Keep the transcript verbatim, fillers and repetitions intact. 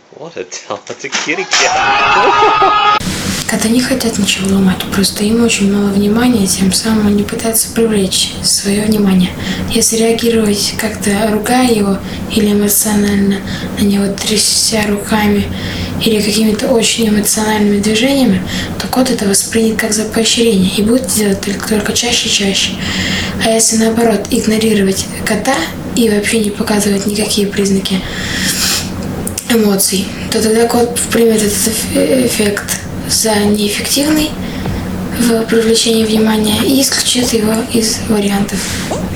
What a talented kitty cat. Коты не хотят ничего ломать, просто им очень мало внимания, тем самым они пытаются привлечь свое внимание. Если реагировать как-то ругая его или эмоционально на него тряся руками или какими-то очень эмоциональными движениями, то кот это воспримет как за поощрение и будет делать только, только чаще и чаще. А если наоборот игнорировать кота и вообще не показывать никакие признаки эмоций, то тогда кот примет этот эффект за неэффективный в привлечении внимания и исключит его из вариантов.